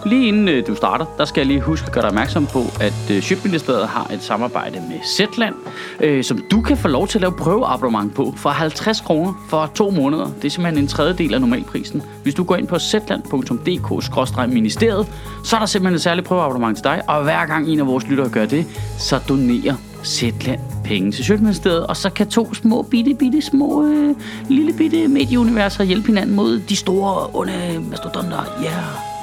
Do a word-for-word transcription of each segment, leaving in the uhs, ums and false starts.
lige inden øh, du starter, der skal jeg lige huske at gøre dig opmærksom på, at øh, Sjøtministeriet har et samarbejde med Zetland, øh, som du kan få lov til at lave prøveabonnement på for halvtreds kroner for to måneder. Det er simpelthen en tredjedel af normalprisen. Hvis du går ind på zetland punktum d k skråstreg ministeriet, så er der simpelthen et særligt prøveabonnement til dig, og hver gang en af vores lyttere gør det, så donerer Zetland penge til Sjøtministeriet, og så kan to små, bitte, bitte, små, øh, lille bitte medieuniverser hjælpe hinanden mod de store, onde mastodonter. Ja. Yeah.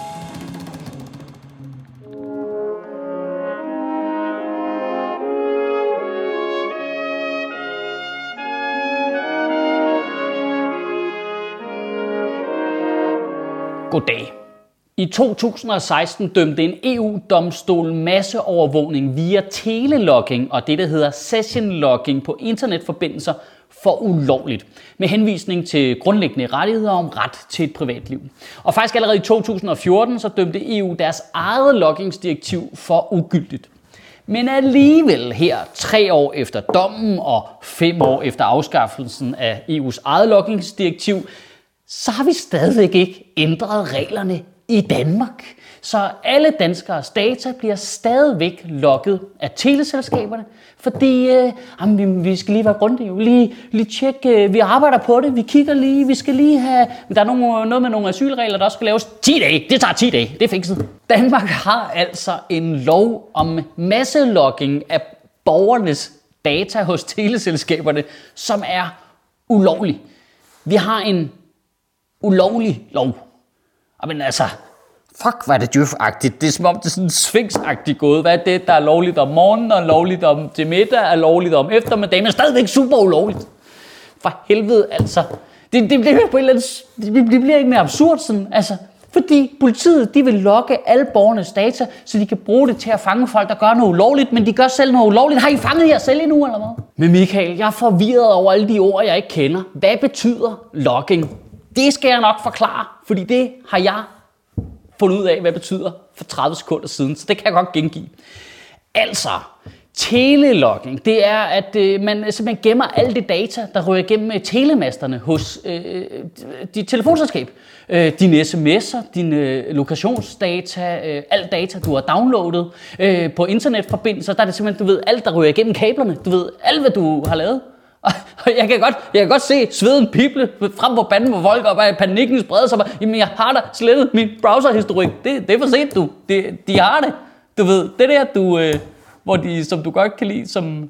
Goddag. I to tusind og seksten dømte en E U-domstol masseovervågning via telelogging og det, der hedder session-logging på internetforbindelser for ulovligt, med henvisning til grundlæggende rettigheder om ret til et privatliv. Og faktisk allerede i to tusind og fjorten så dømte E U deres eget loggingsdirektiv for ugyldigt. Men alligevel her, tre år efter dommen og fem år efter afskaffelsen af E U's eget loggingsdirektiv, så har vi stadigvæk ikke ændret reglerne i Danmark. Så alle danskeres data bliver stadigvæk logget af teleselskaberne, fordi øh, jamen, vi, vi skal lige være grundige, lige, lige tjekke, øh, vi arbejder på det, vi kigger lige, vi skal lige have, der er nogle, noget med nogle asylregler, der også skal laves ti dage, det tager ti dage, det er fikset. Danmark har altså en lov om masselogging af borgernes data hos teleselskaberne, som er ulovlig. Vi har en ulovlig lov. Men altså, fuck, hvad er det djøf-agtigt. Det er som om, det er sådan sfinks-agtigt gået. Hvad er det, der er lovligt om morgenen, og lovligt om til middag, er lovligt om eftermiddagen, men stadigvæk super ulovligt. For helvede, altså. Det, det, bliver, på et eller andet, det bliver ikke mere absurd sådan, altså. Fordi politiet, de vil logge alle borgernes data, så de kan bruge det til at fange folk, der gør noget ulovligt, men de gør selv noget ulovligt. Har I fanget jer selv endnu, eller hvad? Men Michael, jeg er forvirret over alle de ord, jeg ikke kender. Hvad betyder logging? Det skal jeg nok forklare, fordi det har jeg fundet ud af, hvad det betyder for tredive sekunder siden, så det kan jeg godt gengive. Altså, telelogging, det er, at øh, man simpelthen gemmer alle det data, der rører igennem telemasterne hos øh, dit telefonselskab. Øh, dine sms'er, dine øh, lokationsdata, øh, alt data, du har downloadet øh, på internetforbindelser, der er det simpelthen, du ved, alt, der rører igennem kablerne, du ved, alt, hvad du har lavet. Og jeg kan godt, jeg kan godt se sveden pible frem på panden på folk, og panikken spreder sig. Jamen, jeg har da slettet min browserhistorik. Det, det er for sent, du. Det, de har det. Du ved, det der, du, øh, hvor de, som du godt kan lide, som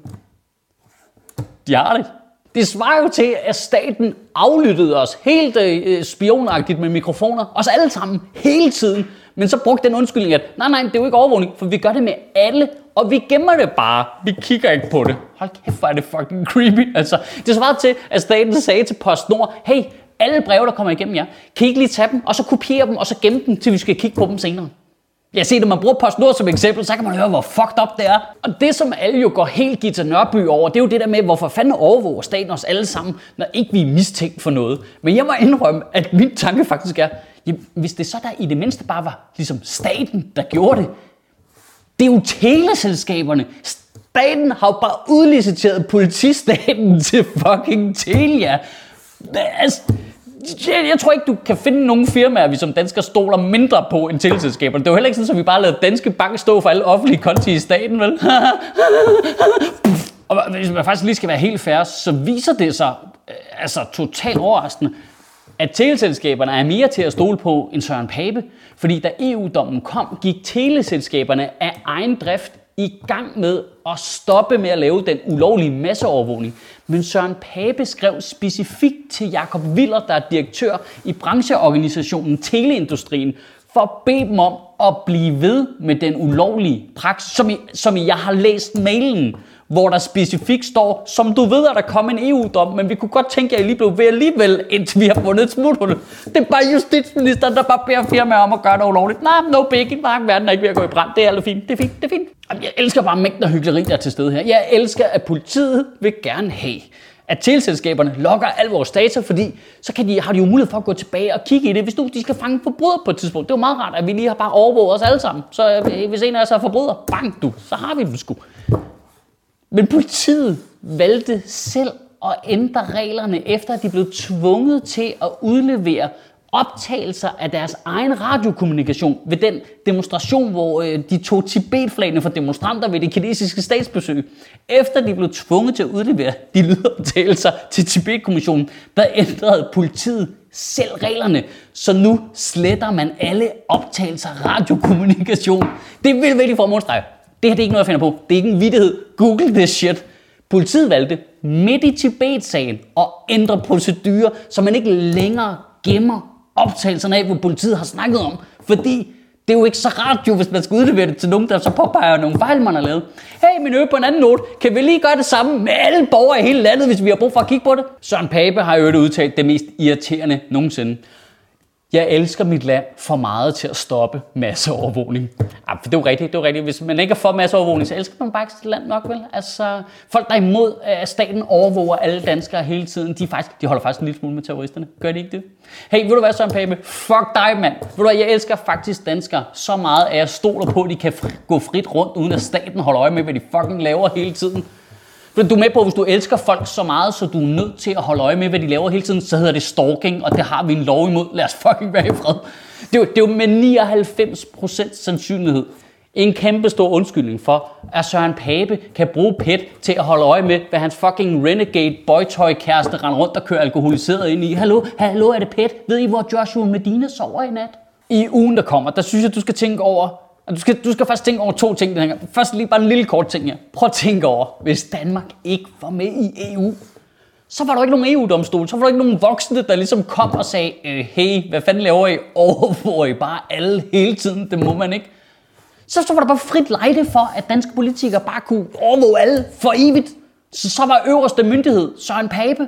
de har det. Det svarer jo til, at staten aflyttede os helt øh, spionagtigt med mikrofoner. Os alle sammen, hele tiden. Men så brugte den undskyldning, at nej, nej, det er jo ikke overvågning, for vi gør det med alle. Og vi gemmer det bare. Vi kigger ikke på det. Hold kæft, hvor er det fucking creepy. Altså, det svarede til, at staten sagde til PostNord, hey, alle breve, der kommer igennem jer, kan I ikke lige tage dem, og så kopiere dem, og så gemme dem, til vi skal kigge på dem senere. Jeg ser, når man bruger PostNord som eksempel, så kan man høre, hvor fucked up det er. Og det, som alle jo går helt Gita Nørby over, det er jo det der med, hvorfor fanden overvåger staten os alle sammen, når ikke vi er mistænkt for noget. Men jeg må indrømme, at min tanke faktisk er, jamen, hvis det så der i det mindste bare var ligesom staten, der gjorde det. Det er jo teleselskaberne. Staten har jo bare udliciteret politistaten til fucking Telia. Altså, jeg, jeg tror ikke, du kan finde nogen firmaer, vi som danskere stoler mindre på end teleselskaberne. Det er jo heller ikke sådan, at vi bare lader Danske Bank stå for alle offentlige konti i staten, vel? Og hvis man faktisk lige skal være helt fair, så viser det sig altså totalt overraskende, at teleselskaberne er mere til at stole på end Søren Pape, fordi da E U-dommen kom, gik teleselskaberne af egen drift i gang med at stoppe med at lave den ulovlige masseovervågning. Men Søren Pape skrev specifikt til Jakob Willer, der er direktør i brancheorganisationen Teleindustrien, for at bede dem om at blive ved med den ulovlige praksis, som I, som I, jeg har læst mailen, hvor der specifikt står, som du ved, at der kom en E U-dom, men vi kunne godt tænke, at I lige blev ved alligevel, indtil vi har fundet et smuthul. Det er bare justitsministeren, der bare beder firmaer om at gøre det ulovligt. Nej, no biggie, nej, verden er ikke ved at gå i brand. Det er alt fint, det er fint, det er fint. Jeg elsker bare mængden af hykleri, der er til stede her. Jeg elsker, at politiet vil gerne have, at teleselskaberne logger al vores data, fordi så kan de, har de jo mulighed for at gå tilbage og kigge i det, hvis nu de skal fange forbryder på et tidspunkt. Det er jo meget rart, at vi lige har bare overvåget os alle sammen. Så hvis en af os er forbryder, bang du, så har vi dem sgu. Men politiet valgte selv at ændre reglerne, efter at de blev tvunget til at udlevere optagelser af deres egen radiokommunikation ved den demonstration, hvor øh, de tog Tibet-flagene for demonstranter ved det kinesiske statsbesøg. Efter de blev tvunget til at udlevere de lydoptagelser til Tibet-kommissionen, der ændrede politiet selv reglerne, så nu sletter man alle optagelser af radiokommunikation. Det er vildt vigtigt for at modstrege. Det her det er ikke noget, jeg finder på. Det er ikke en vittighed. Google this shit. Politiet valgte midt i Tibet-sagen at ændre procedurer, så man ikke længere gemmer optagelserne af, hvor politiet har snakket om. Fordi det er jo ikke så radio, hvis man skal udlevere det til nogen, der så påpeger nogle fejl, man har lavet. Hey, min ø, på en anden note, kan vi lige gøre det samme med alle borgere i hele landet, hvis vi har brug for at kigge på det? Søren Pape har jo udtalt det mest irriterende nogensinde. Jeg elsker mit land for meget til at stoppe masseovervågning. Ja, for det er jo rigtigt, det er jo rigtigt. Hvis man ikke er for masseovervågning, så elsker man bare ikke sit land nok, vel? Altså, folk der er imod, at staten overvåger alle danskere hele tiden, de, faktisk, de holder faktisk en lille smule med terroristerne. Gør de ikke det? Hey, ved du hvad, Søren Pape? Fuck dig, mand. Ved du hvad, jeg elsker faktisk danskere så meget, at jeg stoler på, at de kan gå frit rundt, uden at staten holder øje med, hvad de fucking laver hele tiden. Du er med på, at hvis du elsker folk så meget, så du er nødt til at holde øje med, hvad de laver hele tiden, så hedder det stalking, og det har vi en lov imod. Lad os fucking være i fred. Det er jo, det er jo med nioghalvfems procent sandsynlighed en kæmpe stor undskyldning for, at Søren Pape kan bruge P E T til at holde øje med, hvad hans fucking renegade boytoy-kæreste render rundt og kører alkoholiseret ind i. Hallo, hallo, er det P E T? Ved I, hvor Joshua Medina sover i nat? I ugen, der kommer, der synes jeg, du skal tænke over, Du skal, du skal faktisk tænke over to ting. Den her. Først lige bare en lille kort ting her. Prøv at tænke over, hvis Danmark ikke var med i E U, så var der ikke nogen E U-domstol. Så var der ikke nogen voksne, der ligesom kom og sagde, øh, hey, hvad fanden laver I? Overvåger I bare alle hele tiden? Det må man ikke. Så, så var der bare frit lejde for, at danske politikere bare kunne overvåge alle for evigt. Så, så var øverste myndighed Søren Pape.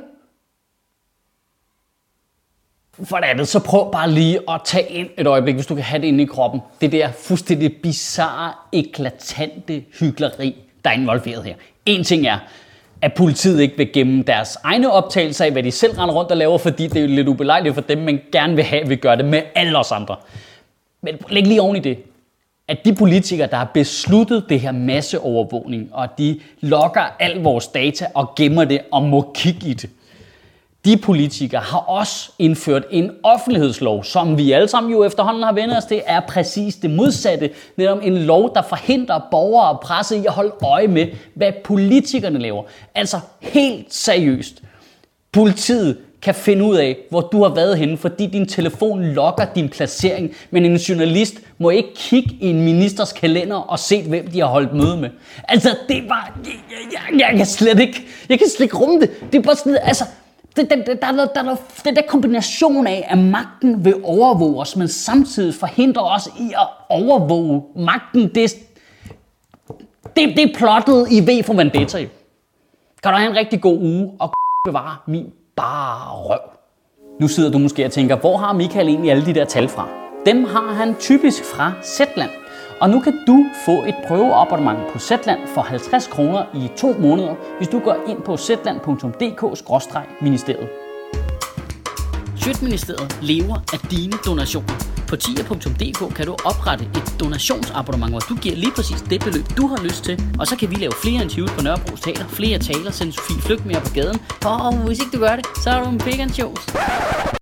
For det andet, så prøv bare lige at tage ind et øjeblik, hvis du kan have det inde i kroppen. Det der fuldstændig bizarre, eklatante hykleri, der er involveret her. En ting er, at politiet ikke vil gemme deres egne optagelser af, hvad de selv render rundt og laver, fordi det er lidt ubelejligt for dem, men gerne vil have, at vi gør det med alle os andre. Men læg lige oven i det, at de politikere, der har besluttet det her masseovervågning, og de logger al vores data og gemmer det og må kigge i det. De politikere har også indført en offentlighedslov, som vi alle sammen jo efterhånden har vendt os til, er præcis det modsatte. Netop en lov, der forhindrer borgere og presse i at holde øje med, hvad politikerne laver. Altså helt seriøst. Politiet kan finde ud af, hvor du har været henne, fordi din telefon logger din placering, men en journalist må ikke kigge i en ministers kalender og se, hvem de har holdt møde med. Altså, det var... Jeg, jeg, jeg kan slet ikke... Jeg kan slet ikke rumme det. Det er bare sådan... Altså... Det, det, der, der, der, der, den der kombination af, at magten vil overvåge os, men samtidig forhindrer os i at overvåge magten, det, det, det er plottet i V for Vendetta. Kan du have en rigtig god uge og bevare min bare røv. Nu sidder du måske og tænker, hvor har Michael egentlig alle de der tal fra? Dem har han typisk fra Zetland. Og nu kan du få et prøveabonnement på Zetland for halvtreds kroner i to måneder, hvis du går ind på zetland punktum d k skråstreg ministeriet. Sjøtministeriet lever af dine donationer. På tier punktum d k kan du oprette et donationsabonnement, hvor du giver lige præcis det beløb, du har lyst til. Og så kan vi lave flere interviews på Nørrebros Teater, flere taler, sende Sofie Flygt mere på gaden. Og hvis ikke du gør det, så er du en big and shows.